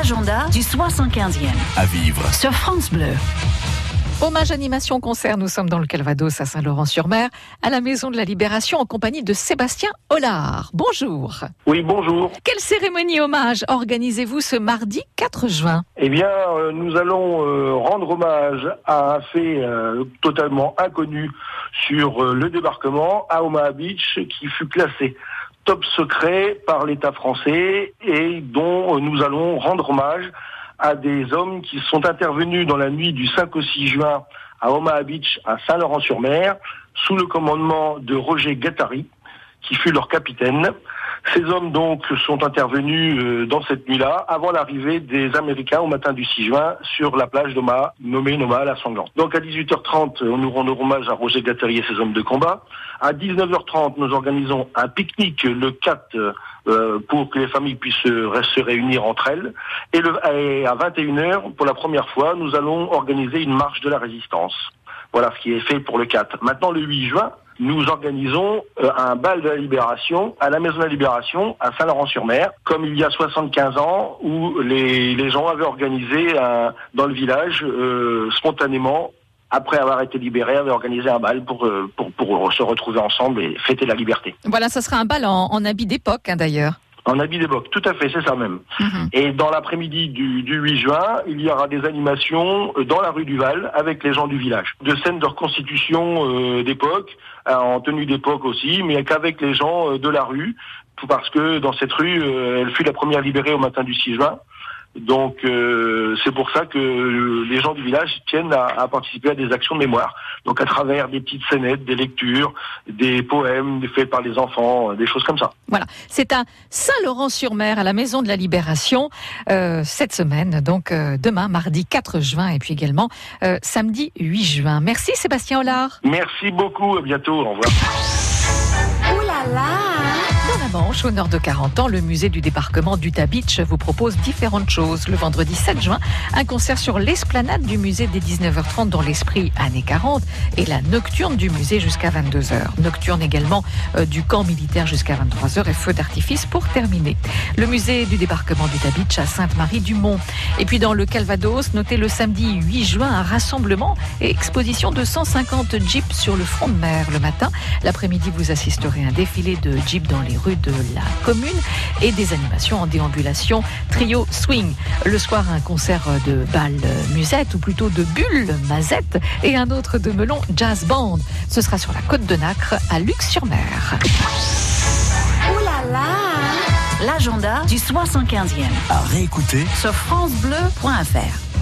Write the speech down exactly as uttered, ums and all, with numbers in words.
L'agenda du soixante-quinzième. À vivre Sur France Bleu. Hommage animation concert, nous sommes dans le Calvados à Saint-Laurent-sur-Mer, à la Maison de la Libération en compagnie de Sébastien Hollard. Bonjour. Oui, bonjour. Quelle cérémonie hommage organisez-vous ce mardi quatre juin ? Eh bien, euh, nous allons euh, rendre hommage à un fait euh, totalement inconnu sur euh, le débarquement à Omaha Beach qui fut classé top secret par l'État français et dont euh, nous allons rendre hommage à des hommes qui sont intervenus dans la nuit du cinq au six juin à Omaha Beach, à Saint-Laurent-sur-Mer, sous le commandement de Roger Gattari, qui fut leur capitaine. Ces hommes donc sont intervenus euh, dans cette nuit-là, avant l'arrivée des Américains au matin du six juin sur la plage d'Omaha, nommée Omaha la Sanglante. Donc à dix-huit heures trente, nous rendons hommage à Roger Gattari et ses hommes de combat. À dix-neuf heures trente, nous organisons un pique-nique le quatre euh, pour que les familles puissent se, se réunir entre elles. Et, le, et à vingt et une heures, pour la première fois, nous allons organiser une marche de la résistance. Voilà ce qui est fait pour le quatre. Maintenant, le huit juin, nous organisons euh, un bal de la Libération à la Maison de la Libération à Saint-Laurent-sur-Mer, comme il y a soixante-quinze ans, où les, les gens avaient organisé un, dans le village, euh, spontanément, après avoir été libérés, avaient organisé un bal pour, euh, pour, pour se retrouver ensemble et fêter la liberté. Voilà, ça sera un bal en, en habit d'époque, hein, d'ailleurs. En habit d'époque, tout à fait, c'est ça même. Mmh. Et dans l'après-midi du, du huit juin, il y aura des animations dans la rue du Val avec les gens du village. De scènes de reconstitution euh, d'époque, euh, en tenue d'époque aussi, mais qu'avec les gens euh, de la rue, parce que dans cette rue, euh, elle fut la première libérée au matin du six juin. Donc euh, c'est pour ça que euh, les gens du village tiennent à, à participer à des actions de mémoire. Donc à travers des petites scénettes, des lectures, des poèmes faits par les enfants, des choses comme ça. Voilà, c'est à Saint-Laurent-sur-Mer, à la Maison de la Libération, euh, cette semaine, donc euh, demain, mardi quatre juin, et puis également euh, samedi huit juin. Merci Sébastien Hollard. Merci beaucoup, à bientôt, au revoir. Ouh là là! Dans la Manche, au nord de quarante ans, le musée du débarquement d'Utah Beach vous propose différentes choses. Le vendredi sept juin, un concert sur l'esplanade du musée dès dix-neuf heures trente dans l'esprit années quarante et la nocturne du musée jusqu'à vingt-deux heures. Nocturne également euh, du camp militaire jusqu'à vingt-trois heures et feu d'artifice pour terminer. Le musée du débarquement d'Utah Beach à Sainte-Marie-du-Mont. Et puis dans le Calvados, notez le samedi huit juin un rassemblement et exposition de cent cinquante jeeps sur le front de mer le matin. L'après-midi, vous assisterez à un défilé de jeeps dans les rues de la commune et des animations en déambulation trio swing. Le soir, un concert de bal musette ou plutôt de bulle mazette et un autre de melon jazz band. Ce sera sur la côte de Nacre à Luc-sur-Mer. Ouh là là! L'agenda du soixante-quinzième. à réécouter sur francebleu point fr.